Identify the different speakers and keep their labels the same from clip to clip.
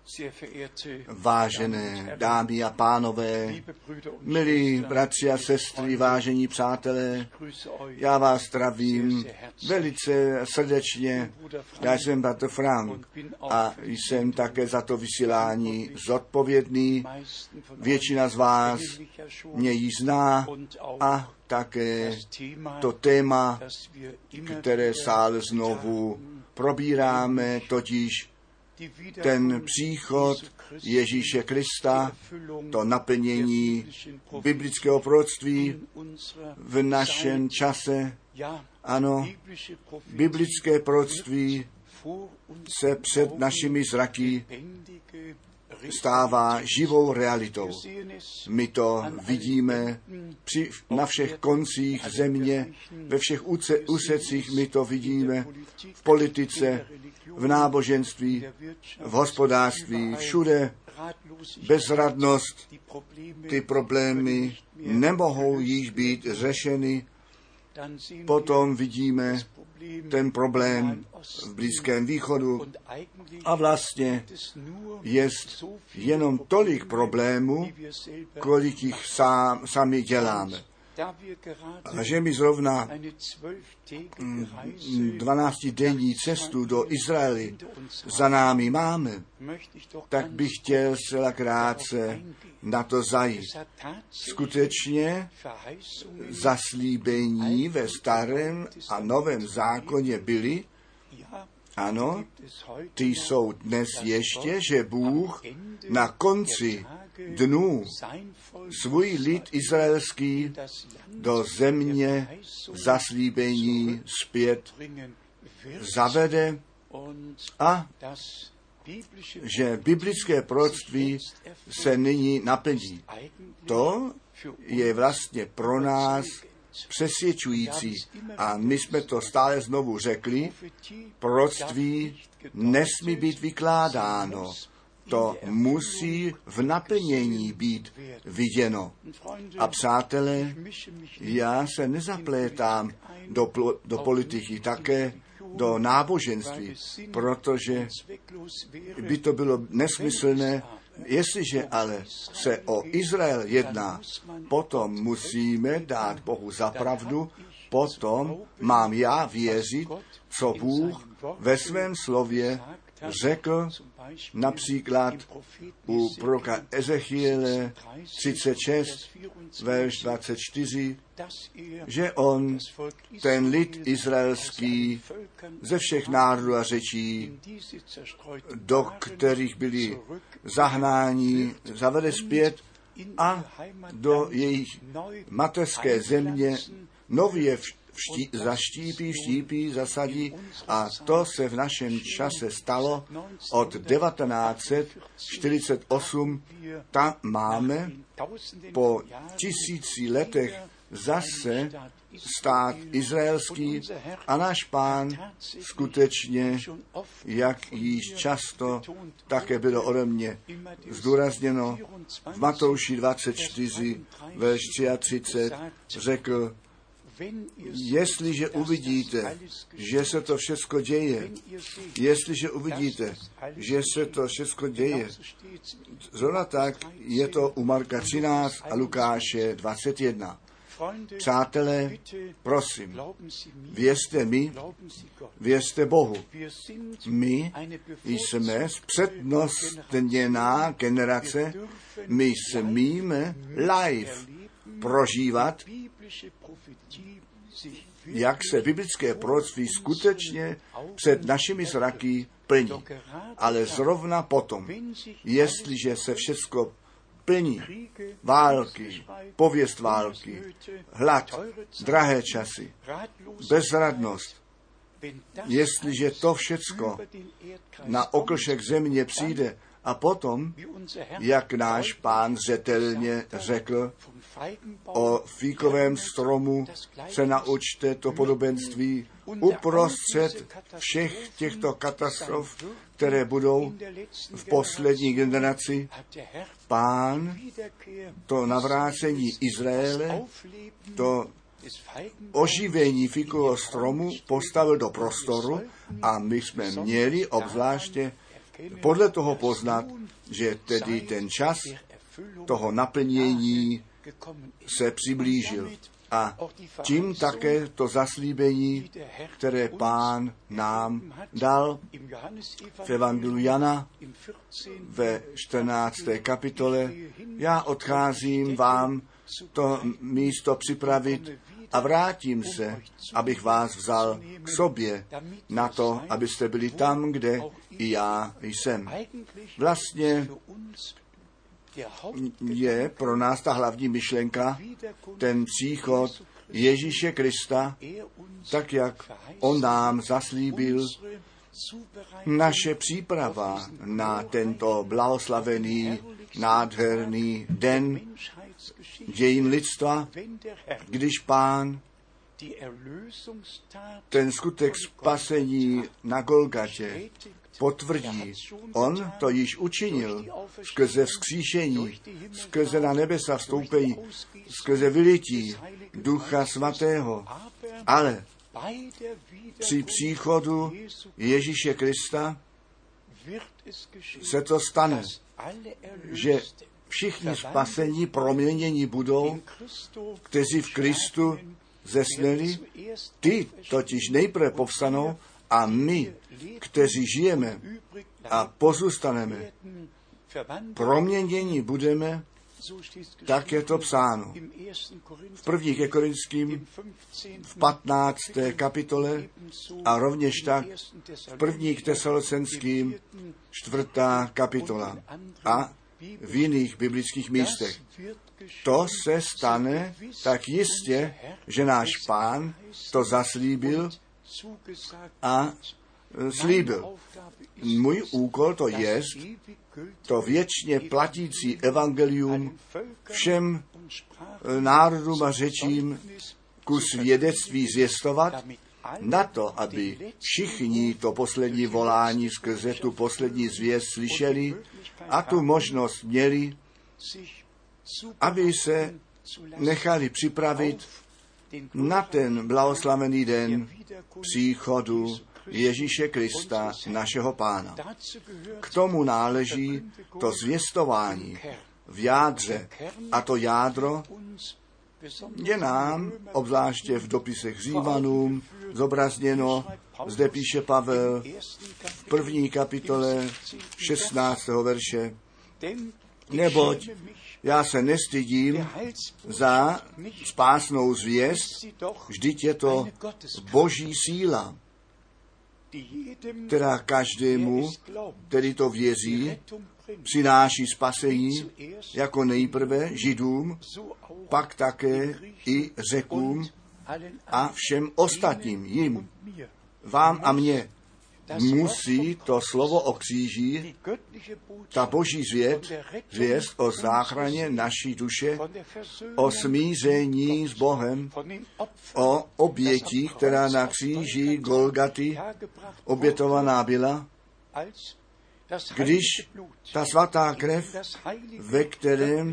Speaker 1: Vážené dámy a pánové, milí bratři a sestry, vážení přátelé, já vás zdravím velice srdečně. Já jsem bratr Frank a jsem také za to vysílání zodpovědný. Většina z vás mě ji zná a také to téma, které stále znovu probíráme, totiž ten příchod Ježíše Krista, to naplnění biblického proroctví v našem čase. Ano, biblické proroctví se před našimi zraky stává živou realitou. My to vidíme na všech koncích země, ve všech úsecích my to vidíme, v politice, v náboženství, v hospodářství, všude. Bezradnost, ty problémy nemohou již být řešeny. Potom vidíme ten problém v Blízkém východu a vlastně je jenom tolik problémů, kolik jich sami děláme. A že my zrovna 12denní cestu do Izraeli za námi máme, tak bych chtěl zcela krátce na to zajít. Skutečně zaslíbení ve starém a novém zákoně byly, ano, ty jsou dnes ještě, že Bůh na konci dnů svůj lid izraelský do země zaslíbení zpět zavede a že biblické proroctví se nyní naplní. To je vlastně pro nás přesvědčující a my jsme to stále znovu řekli, proroctví nesmí být vykládáno. To musí v naplnění být viděno. A přátelé, já se nezaplétám do politiky, také do náboženství, protože by to bylo nesmyslné. Jestliže ale se o Izrael jedná, potom musíme dát Bohu za pravdu, potom mám já věřit, co Bůh ve svém slově řekl, například u proroka Ezechiele 36, verš 24, že on ten lid izraelský ze všech národů a řečí, do kterých byli zahnáni, zavede zpět a do jejich mateřské země nově zaštípí, zasadí a to se v našem čase stalo od 1948. Tam máme po 1000 letech zase stát izraelský a náš Pán skutečně, jak již často také bylo ode mě zdůrazněno, v Matouši 24, verš 33 řekl, jestliže uvidíte, že se to všechno děje, jestliže uvidíte, že se to všechno děje, zrovna tak je to u Marka 13 a Lukáše 21. Přátelé, prosím, věřte mi, věřte Bohu. My jsme přednostněná generace, my smíme live prožívat, jak se biblické proroctví skutečně před našimi zraky plní. Ale zrovna potom, jestliže se všechno plní, války, pověst války, hlad, drahé časy, bezradnost, jestliže to všecko na oklšek země přijde a potom, jak náš Pán zřetelně řekl, o fíkovém stromu se naučte to podobenství uprostřed všech těchto katastrof, které budou v poslední generaci. Pán to navrácení Izraele, to oživení fíkového stromu postavil do prostoru a my jsme měli obzvláště podle toho poznat, že tedy ten čas toho naplnění se přiblížil. A tím také to zaslíbení, které Pán nám dal v Evangeliu Jana ve 14. kapitole. Já odcházím vám to místo připravit a vrátím se, abych vás vzal k sobě na to, abyste byli tam, kde i já jsem. Vlastně je pro nás ta hlavní myšlenka ten příchod Ježíše Krista, tak jak on nám zaslíbil, naše příprava na tento blahoslavený, nádherný den dějin lidstva, když Pán ten skutek spasení na Golgatě potvrdí. On to již učinil skrze vzkříšení, skrze na nebesa vstoupení, skrze vylití Ducha Svatého. Ale při příchodu Ježíše Krista se to stane, že všichni spasení, proměnění budou, kteří v Kristu zesneli, ty totiž nejprve povstanou a my, kteří žijeme a pozůstaneme, proměnění budeme, tak je to psáno. V 1. Korinským v 15. kapitole a rovněž tak v 1. Tesalosenským 4. kapitola a v jiných biblických místech. To se stane tak jistě, že náš Pán to zaslíbil a slíbil. Můj úkol to je to věčně platící evangelium všem národům a řečím ku svědectví zvěstovat, na to, aby všichni to poslední volání skrze tu poslední zvěst slyšeli a tu možnost měli, aby se nechali připravit na ten blahoslavený den příchodu Ježíše Krista, našeho Pána. K tomu náleží to zvěstování v jádře. A to jádro je nám, obzvláště v dopisech Římanům, zobrazněno, zde píše Pavel v 1. kapitole 16. verše. Neboť já se nestydím za spásnou zvěst, vždyť je to Boží síla, která každému, který to věří, přináší spasení jako nejprve Židům, pak také i Řekům a všem ostatním jim, vám a mně. Musí to slovo o kříži, ta boží zvěst o záchraně naší duše, o smíření s Bohem, o oběti, která na kříži Golgaty obětovaná byla, když ta svatá krev, ve kterém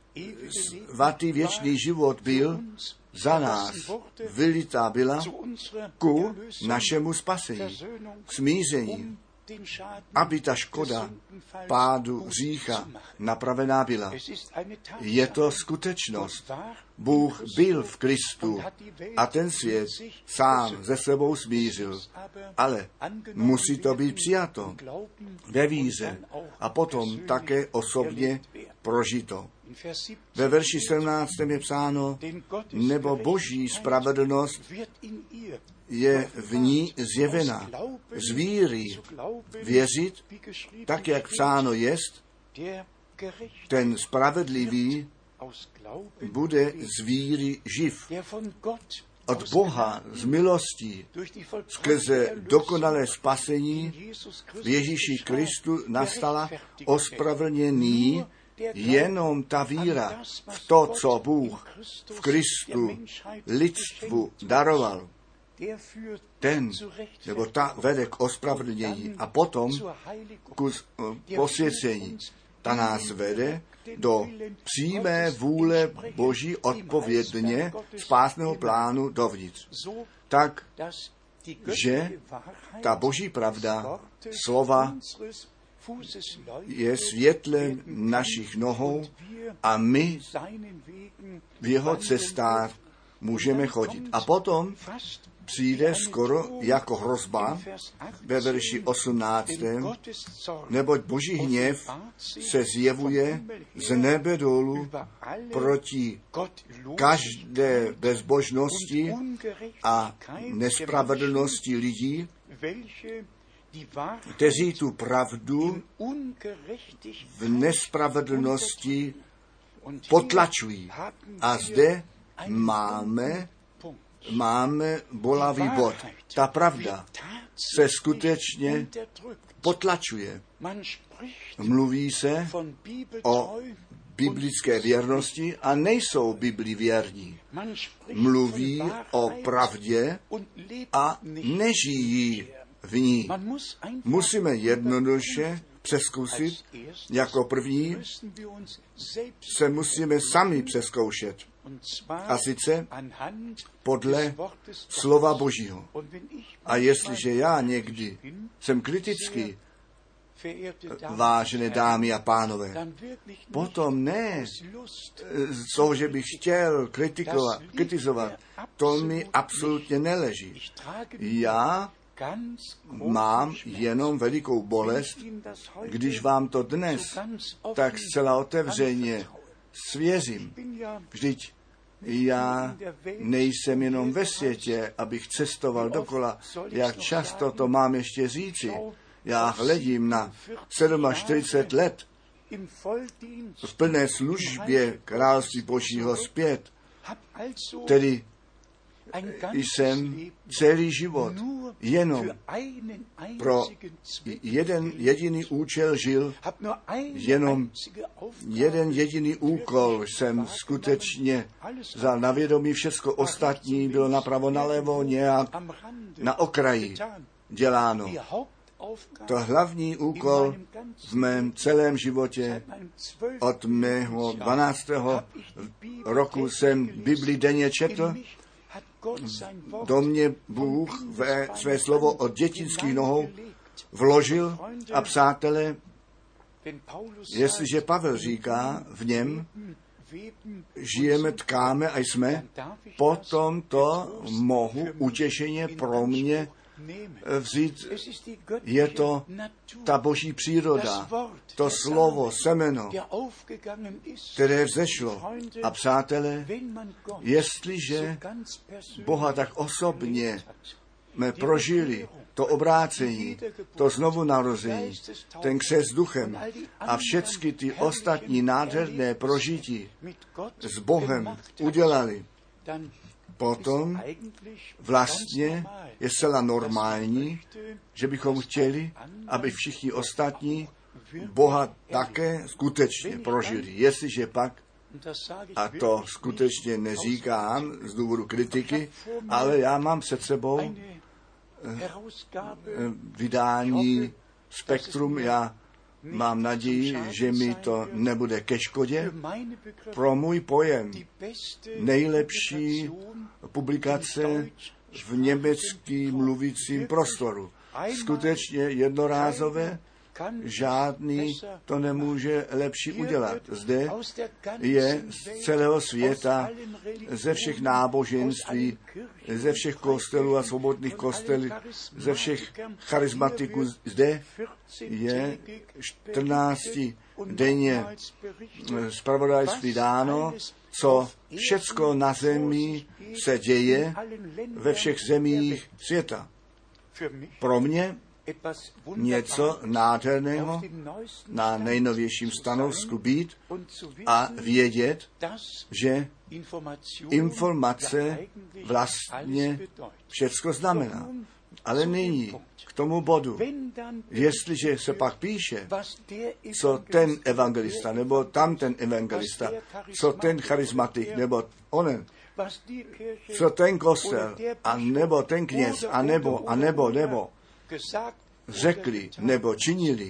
Speaker 1: svatý věčný život byl, za nás vylitá byla ku našemu spasení, smíření, aby ta škoda pádu hřícha napravená byla. Je to skutečnost. Bůh byl v Kristu a ten svět sám ze sebou smířil, ale musí to být přijato ve víře a potom také osobně prožito. Ve verši 17. je psáno, nebo boží spravedlnost je v ní zjevena. Z víry věřit, tak jak psáno jest, ten spravedlivý bude z víry živ. Od Boha z milostí skrze dokonalé spasení v Ježíši Kristu nastala ospravedlnění jenom ta víra v to, co Bůh v Kristu lidstvu daroval. Ten, nebo ta vede k ospravedlnění a potom k posvěcení. Ta nás vede do přímé vůle Boží odpovědně spásného plánu dovnitř. Tak, že ta Boží pravda, slova je světlem našich nohou a my v jeho cestách můžeme chodit. A potom přijde skoro jako hrozba ve verši 18. Neboť Boží hněv se zjevuje z nebe dolů proti každé bezbožnosti a nespravedlnosti lidí, kteří tu pravdu v nespravedlnosti potlačují. A zde máme bolavý bod. Ta pravda se skutečně potlačuje. Mluví se o biblické věrnosti a nejsou Bibli věrní. Mluví o pravdě a nežijí v ní. Musíme jednoduše přezkusit, jako první se musíme sami přezkoušet. A sice podle slova Božího. A jestliže já někdy jsem kritický, vážené dámy a pánové, potom ne z toho, že bych chtěl kritizovat, to mi absolutně neleží. Já mám jenom velikou bolest, když vám to dnes tak zcela otevřeně svěřím. Vždyť já nejsem jenom ve světě, abych cestoval dokola. Jak často to mám ještě říci? Já hledím na 47 let v plné službě království Božího zpět. Tedy jsem celý život jenom pro jeden jediný účel žil, jenom jeden jediný úkol jsem skutečně vzal na vědomí, všecko ostatní bylo napravo nalevo nějak na okraji děláno. To hlavní úkol v mém celém životě od mého 12. roku jsem Bibli denně četl. Do mě Bůh své slovo od dětinských nohou vložil a přátelé, jestliže Pavel říká v něm, žijeme, tkáme a jsme, potom to mohu utěšeně pro mě vzít. Je to ta boží příroda, to slovo, semeno, které vzešlo. A přátelé, jestliže Boha tak osobně jsme prožili, to obrácení, to znovu narození, ten křest duchem a všechny ty ostatní nádherné prožití s Bohem udělali, potom vlastně je zcela normální, že bychom chtěli, aby všichni ostatní Boha také skutečně prožili. Jestliže pak, a to skutečně neříkám z důvodu kritiky, ale já mám před sebou vydání Spektrum, já mám naději, že mi to nebude ke škodě. Pro můj pojem nejlepší publikace v německým mluvícím prostoru. Skutečně jednorázové, žádný to nemůže lepší udělat. Zde je z celého světa, ze všech náboženství, ze všech kostelů a svobodných kostelů, ze všech charismatiků. Zde je 14 denně zpravodajství dáno, co všecko na zemi se děje ve všech zemích světa. Pro mě něco nádherného na nejnovějším stanovisku být a vědět, že informace vlastně všecko znamená. Ale nyní k tomu bodu, jestliže se pak píše, co ten evangelista, nebo tamten evangelista, co ten charismatik, nebo onen, co ten kostel, a nebo ten kněz, a nebo řekli, nebo činili,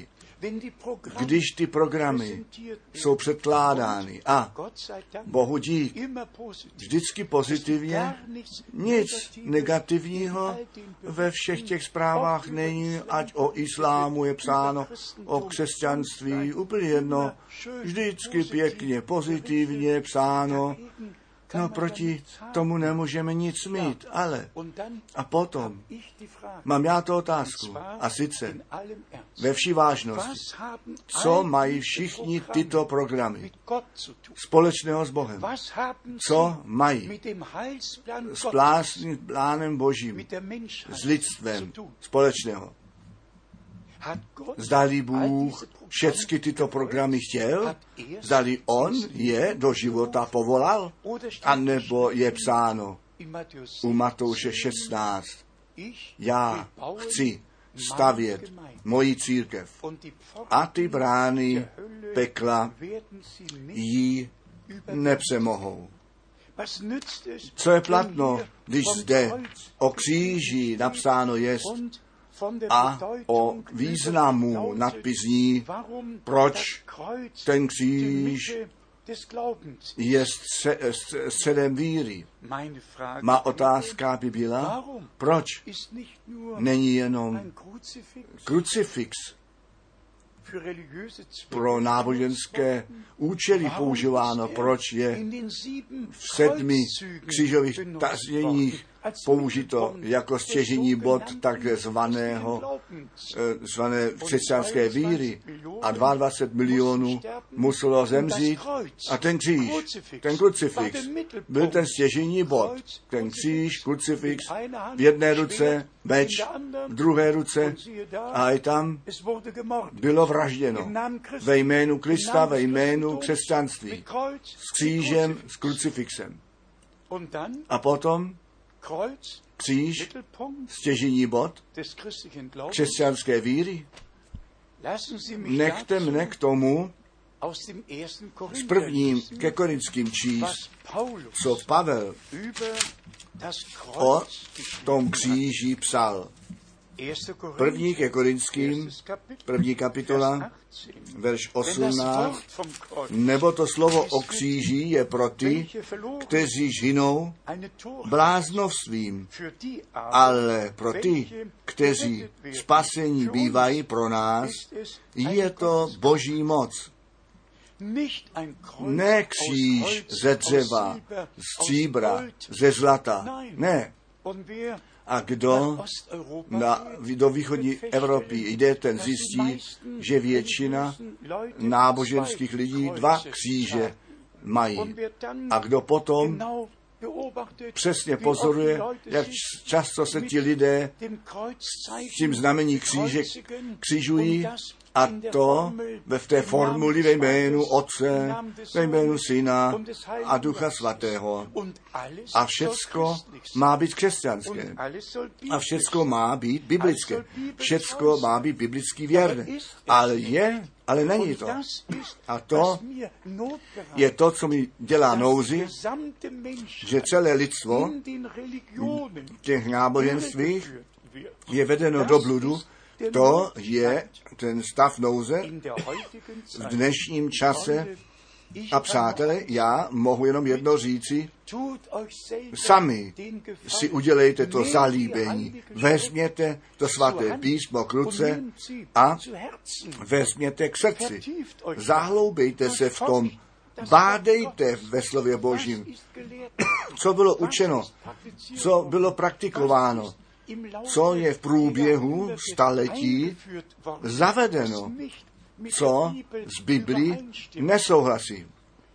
Speaker 1: když ty programy jsou předkládány a Bohu dík, vždycky pozitivně, nic negativního ve všech těch zprávách není, ať o islámu je psáno, o křesťanství, úplně jedno, vždycky pěkně, pozitivně psáno. No proti tomu nemůžeme nic mít, ale a potom mám já tu otázku, a sice ve vší vážnosti, co mají všichni tyto programy společného s Bohem? Co mají s plánem Božím, s lidstvem společného? Zdali Bůh všechny tyto programy chtěl? Zdali on je do života povolal? A nebo je psáno u Matouše 16. Já chci stavět moji církev a ty brány pekla jí nepřemohou. Co je platno, když zde o kříži napsáno jest a o významu nadpisní, proč ten kříž je středem víry. Má otázka by byla, proč není jenom krucifix pro náboženské účely používáno, proč je v 7 křížových tazněních použito jako stěžejní bod takzvané křesťanské víry a 22 milionů muselo zemřít a ten kříž, ten krucifix byl ten stěžejní bod, ten kříž, krucifix, v jedné ruce meč, v druhé ruce a i tam bylo vražděno ve jménu Krista, ve jménu křesťanství, s křížem, s krucifixem. A potom kříž, stěžejní bod křesťanské víry. Nechte mne k tomu s prvním ke Korinským číst, co Pavel o tom kříži psal. První ke Korinským, první kapitola, verš 18, nebo to slovo o kříži je pro ty, kteří žinou bláznovstvím, ale pro ty, kteří spasení bývají pro nás, je to Boží moc. Ne kříž ze dřeva, z stříbra, ze zlata, ne. A kdo do východní Evropy jde, ten zjistí, že většina náboženských lidí 2 kříže mají. A kdo potom přesně pozoruje, jak často se ti lidé s tím znamení kříže křižují, a to v té formuli ve jménu Otce, ve jménu Syna a Ducha Svatého. A všecko má být křesťanské. A všecko má být biblické. Všecko má být biblicky věrné. Ale není to. A to je to, co mi dělá nouzi, že celé lidstvo v těch náboženstvích je vedeno do bludu. To je ten stav nouze v dnešním čase. A přátelé, já mohu jenom jedno říci, sami si udělejte to zalíbení. Vezměte to svaté písmo k ruce a vezměte k srdci. Zahloubejte se v tom, bádejte ve slově Božím, co bylo učeno, co bylo praktikováno, co je v průběhu staletí zavedeno, co z Biblii nesouhlasí.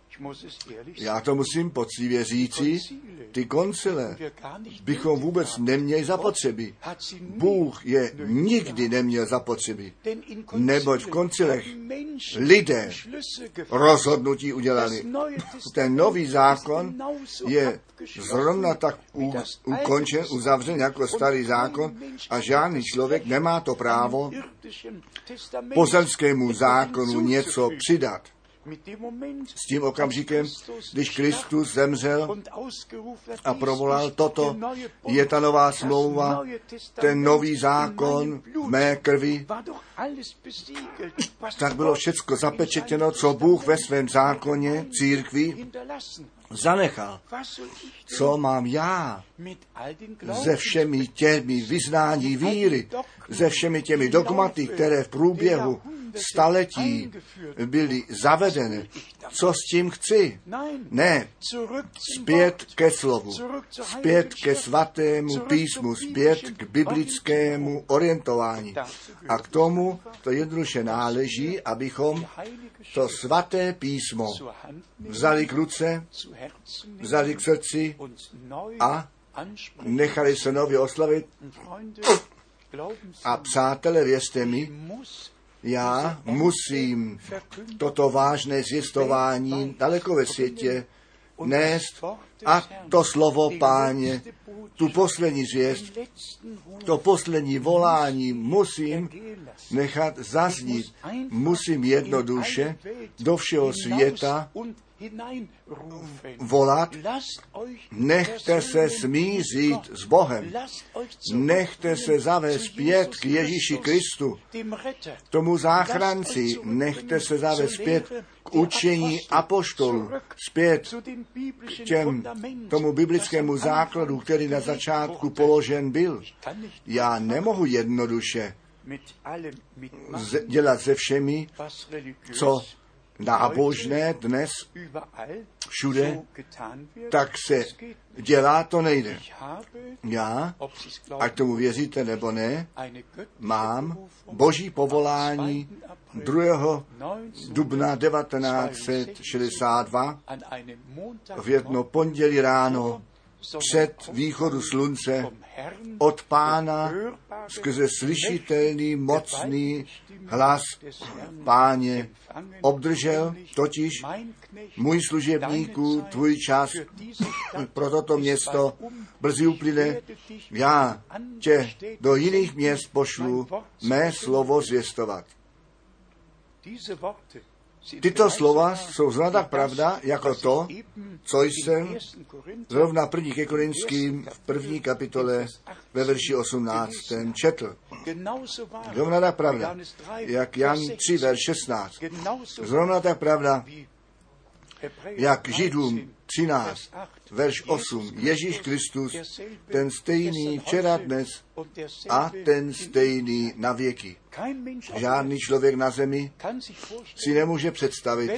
Speaker 1: Já to musím poctivě říci, ty koncile bychom vůbec neměli zapotřebí. Bůh je nikdy neměl zapotřebí, neboť v koncilech lidé rozhodnutí udělali. Ten nový zákon je zrovna tak ukončen, uzavřen jako starý zákon a žádný člověk nemá to právo pozemskému zákonu něco přidat. s tím okamžikem, když Kristus zemřel a provolal toto, je ta nová smlouva, ten nový zákon v mé krvi, tak bylo všecko zapečetěno, co Bůh ve svém zákoně církvi zanechal. Co mám já se všemi těmi vyznání víry, se všemi těmi dogmaty, které v průběhu staletí byly zavedeny. Co s tím chci? Ne, zpět ke slovu, zpět ke svatému písmu, zpět k biblickému orientování. A k tomu to jednoduše náleží, abychom to svaté písmo vzali k ruce, vzali k srdci a nechali se nově oslavit. A přátelé, věřte mi, já musím toto vážné zjistování daleko ve světě nést a to slovo Páně, tu poslední zvěst, to poslední volání musím nechat zaznít. Musím jednoduše do všeho světa volat, nechte se smířit s Bohem, nechte se zavést zpět k Ježíši Kristu, tomu záchranci, nechte se zavést zpět k učení apoštolů, zpět k tomu biblickému základu, který na začátku položen byl. Já nemohu jednoduše dělat se všemi, co nábožné dnes všude, tak se dělá, to nejde. Já, ať tomu věříte nebo ne, mám boží povolání 2. dubna 1962 v jedno pondělí ráno před východu slunce od Pána skrze slyšitelný, mocný hlas Páně obdržel, totiž můj služebníku, tvůj čas pro toto město brzy uplyne, já tě do jiných měst pošlu mé slovo zvěstovat. Tyto slova jsou zrovna tak pravda, jako to, co jsem zrovna 1. Korinským v 1. kapitole ve verši 18. četl. Zrovna tak pravda, jak Jan 3, verš 16. Zrovna tak pravda, jak Židům 13, verš 8. Ježíš Kristus, ten stejný včera, dnes a ten stejný na věky. Žádný člověk na zemi si nemůže představit,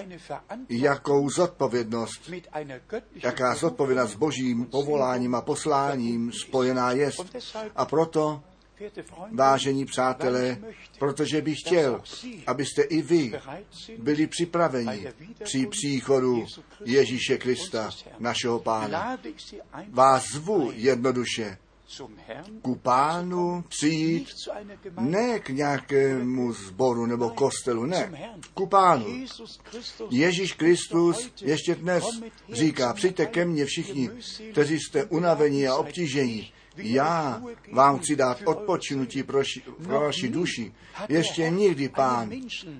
Speaker 1: jakou zodpovědnost, jaká zodpovědnost s božím povoláním a posláním spojená jest. A proto, vážení přátelé, protože bych chtěl, abyste i vy byli připraveni při příchodu Ježíše Krista, našeho Pána. Vás zvu jednoduše ku Pánu přijít, ne k nějakému sboru nebo kostelu, ne, ku Pánu. Ježíš Kristus ještě dnes říká, přijďte ke mně všichni, kteří jste unavení a obtížení. Já vám chci dát odpočinutí pro vaši duši. Ještě nikdy Pán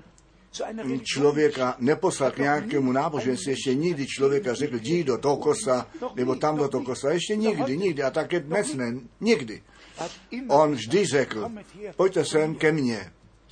Speaker 1: člověka neposlal k nějakému náboženství, ještě nikdy člověka řekl, jdi do toho kosa, nebo tam do toho kosa, ještě nikdy, a také dnes ne, nikdy. On vždy řekl, pojďte sem ke mně,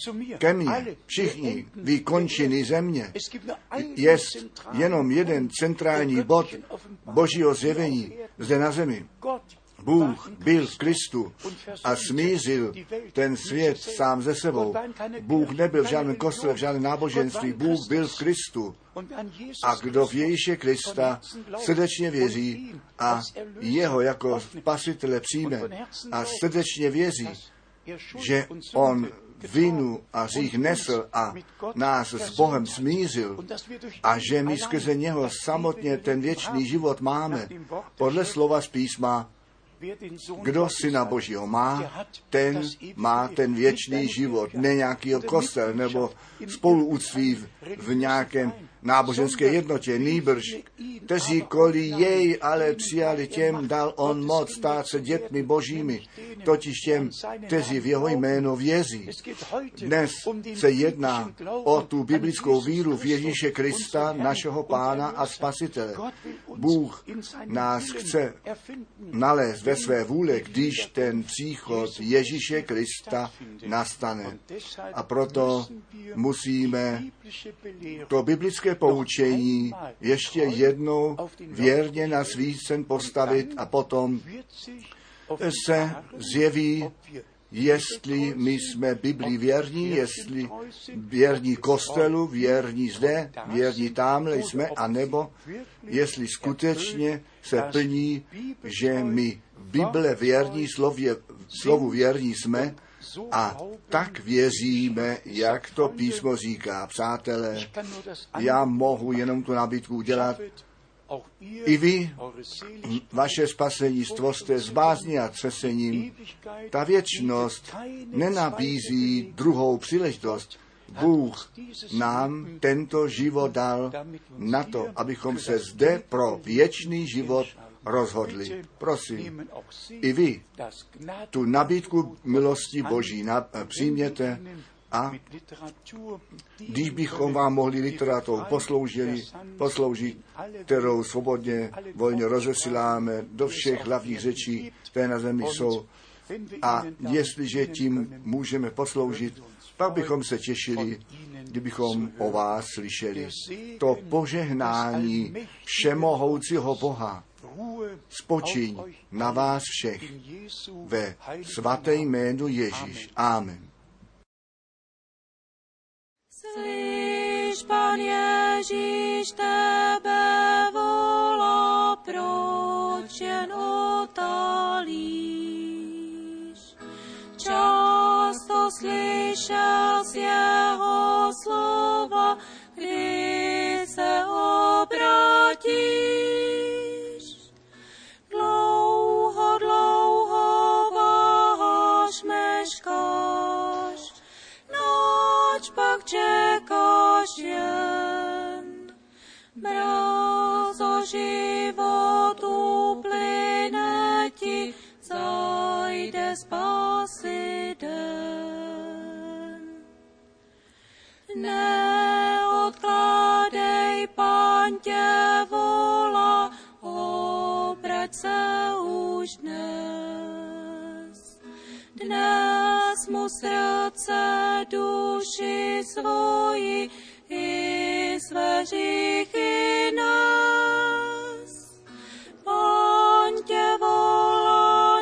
Speaker 1: všichni, vy končiny země. Je jenom jeden centrální bod Božího zjevení zde na zemi. Bůh byl v Kristu a smířil ten svět sám ze sebou. Bůh nebyl v žádném kostele, v žádném náboženství. Bůh byl v Kristu. A kdo v Ježíše Krista srdečně věří a jeho jako spasitele přijme a srdečně věří, že on vinu a hřích nesl a nás s Bohem smířil a že my skrze něho samotně ten věčný život máme, podle slova z písma, Kdo Syna Božího má, ten má ten věčný život. Ne nějakýho kostel nebo spoluúctví v nějakém náboženské jednotě, nýbrž, kteří kvůli jej ale přijali, těm dal on moc stát se dětmi božími, totiž těm, kteří v jeho jméno věří. Dnes se jedná o tu biblickou víru v Ježíše Krista, našeho Pána a Spasitele. Bůh nás chce nalézt ve své vůli, když ten příchod Ježíše Krista nastane. A proto musíme to biblické poučení ještě jednou věrně na svícen postavit a potom se zjeví, jestli my jsme Biblii věrní, jestli věrní kostelu, věrní zde, věrní tamhle jsme, anebo jestli skutečně se plní, že my Bible věrní, slovu věrní jsme a tak věříme, jak to písmo říká. Přátelé, já mohu jenom tu nabídku udělat. I vy, vaše spasení stvořte s bázní a třesením. Ta věčnost nenabízí druhou příležitost. Bůh nám tento život dal na to, abychom se zde pro věčný život rozhodli. Prosím, i vy tu nabídku milosti Boží přijměte a když bychom vám mohli literaturou posloužit, kterou svobodně, volně rozesíláme do všech hlavních řečí, které na zemi jsou, a jestliže tím můžeme posloužit, pak bychom se těšili, kdybychom o vás slyšeli. To požehnání všemohoucího Boha spočiň na vás všech ve svaté jménu Ježíš. Amen.
Speaker 2: Slyš, Pán Ježíš, tebe volá, proč jen otálíš? Často slyšel z jeho slova, kdy se obrátíš. Dlouho, dlouho váháš, meškáš, noč pak čekáš jen. Brzo život uplyne ti, zajde spásy den. Neodkládej, Pán tě volá, obrať se už dnes. Dnes mu srdce, duši svoji i své hříchy nes. Pán tě volá,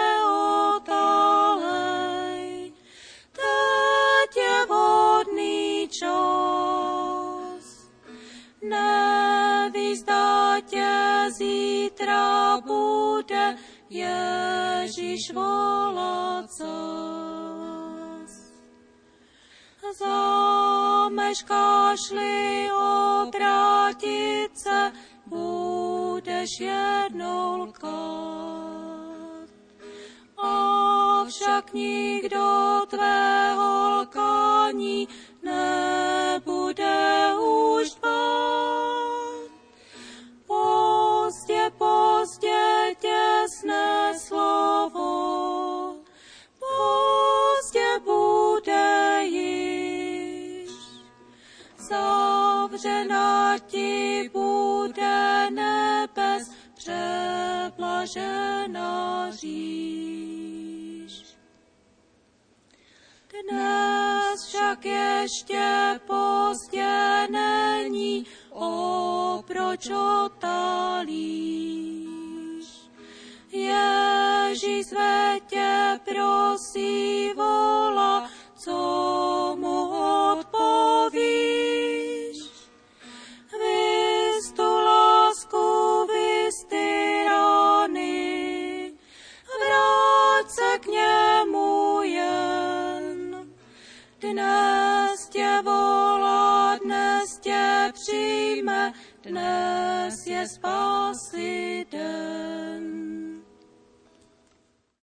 Speaker 2: neotálej, teď je vhodný čas. Nevíš, zda tě zítra bude Ježíš volat zas. Zameškáš-li obrátit se, budeš jednou lkát. Avšak nikdo tvého lkání nebude už dbát. Pozdě, pozdě těsné slovo, pozdě bude již. Zavřena ti bude nebes, přeblažena říš. Dnes však ještě pozdě není, proč otálíš? Ježíš své tě prosí, volá, co mu odpovíš? Vys tu lásku, vys ty rany, vrát se k němu jen. Dnes tě volá, dnes tě přijme, dnes je spásy den.